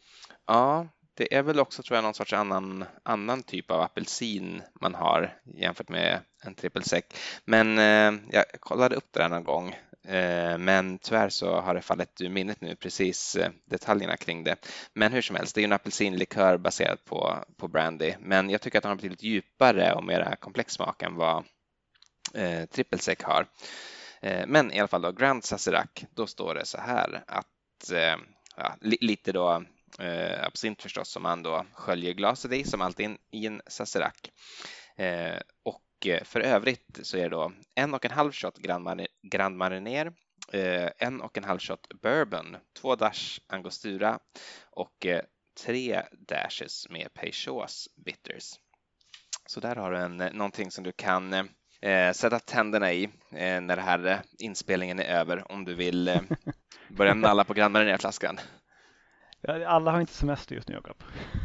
Ja, det är väl också, tror jag, någon sorts annan, annan typ av apelsin man har jämfört med en triple sec. Men eh, jag kollade upp det där någon gång. Eh, men tyvärr så har det fallit ur minnet nu precis eh, detaljerna kring det. Men hur som helst, det är ju en apelsinlikör baserad på, på brandy. Men jag tycker att den har betydligt djupare och mer komplex smak än vad eh, triple sec har. Eh, men i alla fall då, Grand Sazerac, då står det så här att eh, ja, li, lite då Eh, absint förstås som man då sköljer glaset i, som alltid i en Sazerac. Eh, och för övrigt så är det då en och en halv shot Grand, Mar- Grand Marnier, eh, en och en halv shot bourbon, två dash angostura och eh, tre dashes med Peychaud's bitters. Så där har du en, någonting som du kan eh, sätta tänderna i eh, när det här inspelningen är över, om du vill eh, börja nalla på Grand Marnier-flaskan.
Alla har inte semester just nu, Jakob.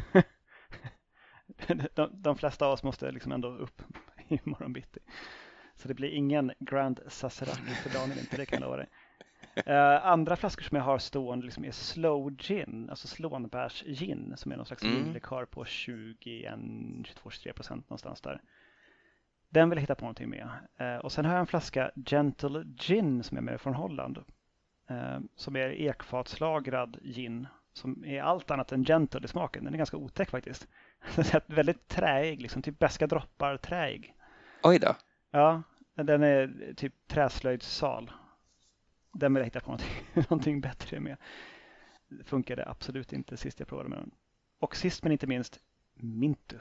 de, de flesta av oss måste liksom ändå upp i morgon bitti. Så det blir ingen Grand Sazerac för Daniel, inte det kan jag lova dig. Uh, andra flaskor som jag har stående liksom är Slow Gin, alltså slånbärs gin, som är någon slags
Mm.
vinlikör på tjugo, tjugotvå, tjugotre procent någonstans där. Den vill jag hitta på någonting med. Uh, och sen har jag en flaska Gentle Gin som är med från Holland. Uh, som är ekfatslagrad gin. Som är allt annat än gentle i smaken. Den är ganska otäck faktiskt. Väldigt träig, liksom typ beska droppar träig.
Oj då.
Ja, den är typ träslöjdssal. Den vill jag hitta på någonting, någonting bättre med. Det funkade absolut inte sist jag provade med den. Och sist men inte minst, Mintu.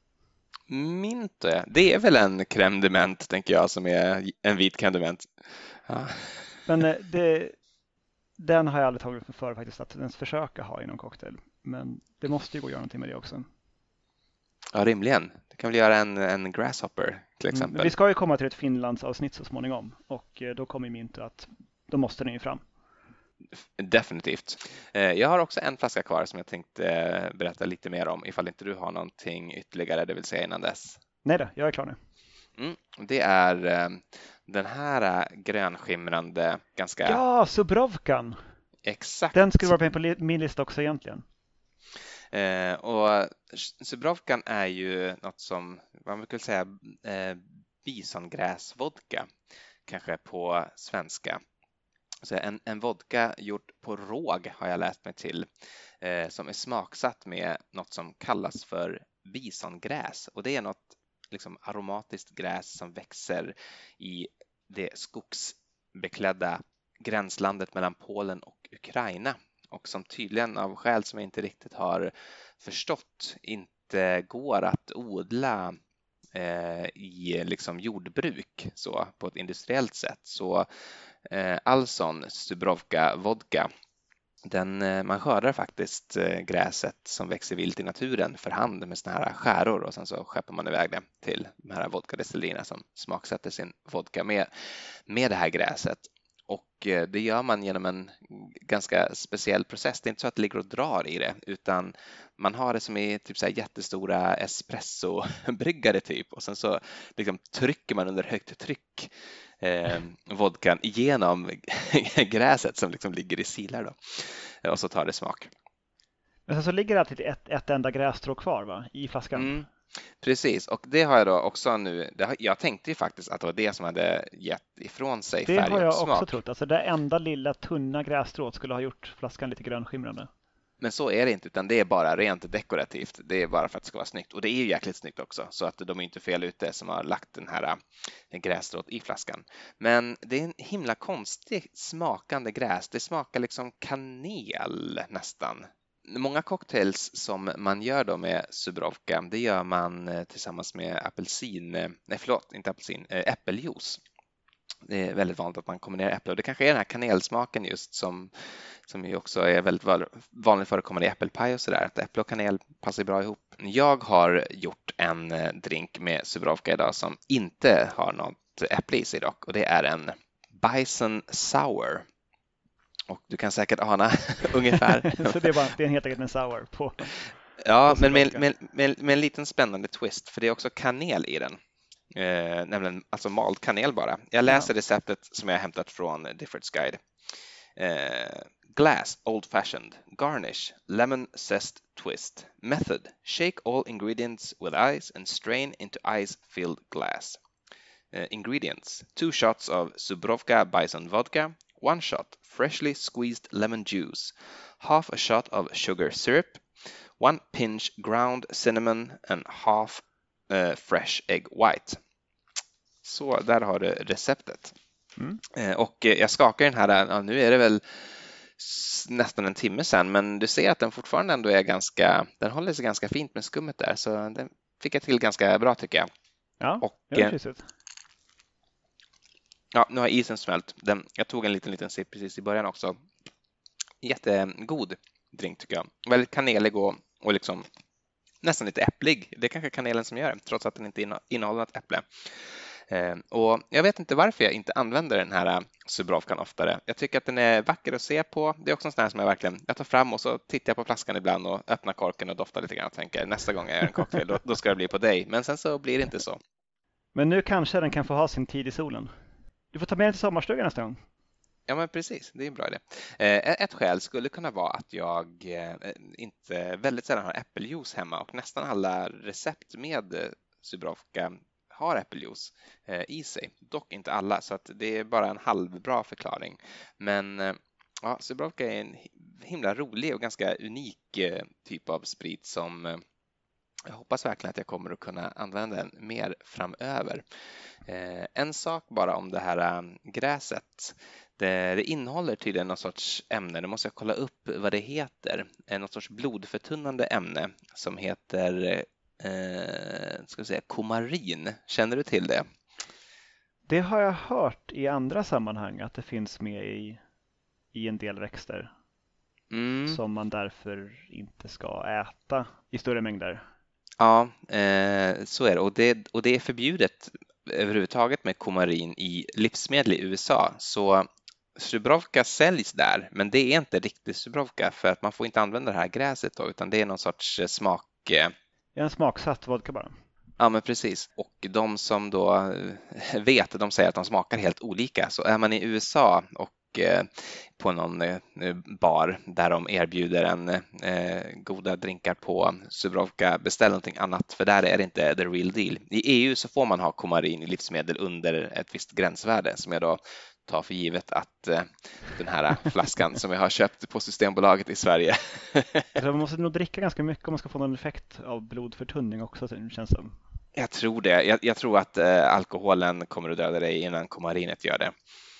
Mintu, det är väl en crème de menthe, tänker jag, som är en vit crème de menthe. Ja.
Men det... Den har jag aldrig tagit för faktiskt att ens försöka ha i någon cocktail. Men det måste ju gå att göra någonting med det också.
Ja, rimligen. Du kan väl göra en, en grasshopper till exempel.
Mm, vi ska ju komma till ett Finlandsavsnitt så småningom. Och då kommer min inte att då måste den ju fram.
Definitivt. Jag har också en flaska kvar som jag tänkte berätta lite mer om ifall inte du har någonting ytterligare, det vill säga innan dess.
Nej då, jag är klar nu.
Mm, det är den här grönskimrande, ganska...
Ja, Zubrovkan!
Exakt.
Den skulle vara på min lista också egentligen.
Eh, och Zubrovkan är ju något som man brukar säga eh, bisongräsvodka, kanske på svenska. Så en, en vodka gjord på råg har jag läst mig till, eh, som är smaksatt med något som kallas för bisongräs. Och det är något liksom aromatiskt gräs som växer i det skogsbeklädda gränslandet mellan Polen och Ukraina, och som tydligen av skäl som jag inte riktigt har förstått inte inte går att odla eh, i liksom jordbruk så på ett industriellt sätt. Så eh, all sån Zubrovka vodka, den, eh, man skördar faktiskt eh, gräset som växer vilt i naturen för hand med såna här skäror och sen så skeppar man iväg det till de här vodkadestillerierna som smaksätter sin vodka med, med det här gräset. Och eh, det gör man genom en ganska speciell process. Det är inte så att det ligger och drar i det, utan man har det som i typ så här jättestora espresso-bryggare typ, och sen så liksom trycker man under högt tryck eh, vodkan igenom gräset som liksom ligger i silar då, och så tar det smak.
Men sen så ligger det alltid ett, ett enda grässtrå kvar, va? I flaskan.
Mm. Precis, och det har jag då också nu, det har, jag tänkte ju faktiskt att det var det som hade gett ifrån sig
det
färg och smak.
Det har jag också trott, alltså det enda lilla tunna grässtrået skulle ha gjort flaskan lite grönskimrande.
Men så är det inte, utan det är bara rent dekorativt. Det är bara för att det ska vara snyggt. Och det är ju jäkligt snyggt också, så att de är inte fel ute som har lagt den här grässtrået i flaskan. Men det är en himla konstig smakande gräs. Det smakar liksom kanel nästan. Många cocktails som man gör då med Zubrovka, det gör man tillsammans med apelsin, nej förlåt, inte apelsin, äppeljuice. Det är väldigt vanligt att man kombinerar äpple, och det kanske är den här kanelsmaken just som, som ju också är väldigt vanligt förekommande i äppelpaj och sådär, att äpple och kanel passar bra ihop. Jag har gjort en drink med Zubrovka idag som inte har något äpple i sig dock, och det är en Bison Sour. Och du kan säkert ana ungefär.
Så det är, bara, det är en helt enkelt en sour på.
Ja, på men med, med, med, med en liten spännande twist, för det är också kanel i den. Eh, nämligen alltså mald kanel bara. Jag läser ja. receptet som jag har hämtat från Difford's Guide. Eh, glass, old fashioned. Garnish, lemon zest twist. Method, shake all ingredients with ice and strain into ice-filled glass. Eh, ingredients, two shots of Zubrovka Bison vodka. One shot freshly squeezed lemon juice, half a shot of sugar syrup, one pinch ground cinnamon and half uh, fresh egg white. Så där har du receptet. Mm. Eh, och jag skakar den här, ja, nu är det väl nästan en timme sedan, men du ser att den fortfarande ändå är ganska, den håller sig ganska fint med skummet där, så den fick jag till ganska bra tycker jag.
Ja,
och,
det är precis.
Ja, nu har isen smält. Den, jag tog en liten liten sipp precis i början också. Jättegod drink tycker jag. Väldigt kanelig och, och liksom nästan lite äpplig. Det är kanske kanelen som gör det, trots att den inte innehåller något äpple. Eh, och jag vet inte varför jag inte använder den här Zubrovkan oftare. Jag tycker att den är vacker att se på. Det är också en sån här som jag verkligen, jag tar fram och så tittar jag på flaskan ibland och öppnar korken och doftar lite grann och tänker nästa gång jag gör en cocktail, då, då ska det bli på dig. Men sen så blir det inte så.
Men nu kanske den kan få ha sin tid i solen. Du får ta med den till sommarstugan nästa gång.
Ja, men precis. Det är en bra idé. Eh, ett skäl skulle kunna vara att jag eh, inte väldigt sällan har äppeljuice hemma, och nästan alla recept med eh, Zubrovka har äppeljuice eh, i sig. Dock inte alla, så att det är bara en halvbra förklaring. Men eh, ja, Zubrovka är en himla rolig och ganska unik eh, typ av sprit som eh, jag hoppas verkligen att jag kommer att kunna använda den mer framöver. Eh, en sak bara om det här um, gräset. Det, det innehåller tydligen någon sorts ämne, nu måste jag kolla upp vad det heter. Eh, någon sorts blodförtunnande ämne som heter eh, ska vi säga, kumarin. Känner du till det?
Det har jag hört i andra sammanhang att det finns med i, i en del växter. Mm. Som man därför inte ska äta i större mängder.
Ja, eh, så är det. Och, det. och det är förbjudet överhuvudtaget med kumarin i livsmedel i U S A. Så Zubrovka säljs där, men det är inte riktigt Zubrovka för att man får inte använda det här gräset då, utan det är någon sorts smak.
Det är en smaksatt vodka bara.
Ja, men precis. Och de som då vet, de säger att de smakar helt olika. Så är man i U S A och på någon bar där de erbjuder en eh, goda drinkar på Zubrovka, beställ någonting annat, för där är det inte the real deal. I E U så får man ha kumarin i livsmedel under ett visst gränsvärde, som jag då tar för givet att eh, den här flaskan som jag har köpt på Systembolaget i Sverige.
Man måste nog dricka ganska mycket om man ska få någon effekt av blodförtunning också, känns det.
Jag tror det. Jag, jag tror att eh, alkoholen kommer att döda dig innan kumarinet gör det.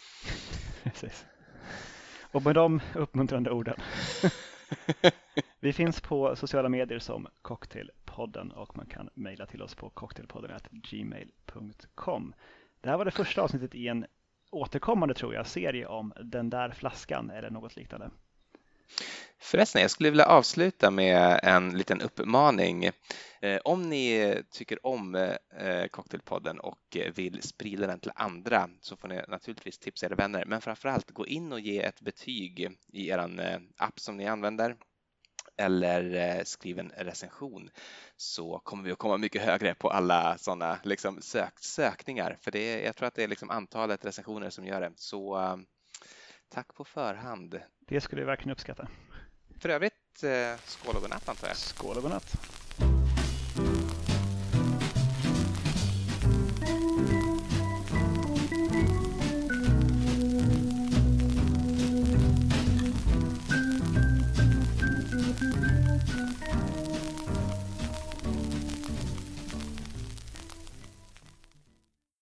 Precis. Och med de uppmuntrande orden. Vi finns på sociala medier som Cocktailpodden. Cocktailpodden och man kan mejla till oss på cocktailpodden at gmail punkt com. Det här var det första avsnittet i en återkommande, tror jag, serie om den där flaskan eller något liknande.
Förresten, jag skulle vilja avsluta med en liten uppmaning. Eh, om ni tycker om eh, Cocktailpodden och vill sprida den till andra så får ni naturligtvis tipsa era vänner. Men framförallt gå in och ge ett betyg i er eh, app som ni använder eller eh, skriv en recension, så kommer vi att komma mycket högre på alla sådana liksom, sök, sökningar. För det är, jag tror att det är liksom antalet recensioner som gör det. Så eh, tack på förhand.
Det skulle jag verkligen uppskatta.
För övrigt, skål och godnatt antar jag.
Skål och godnatt.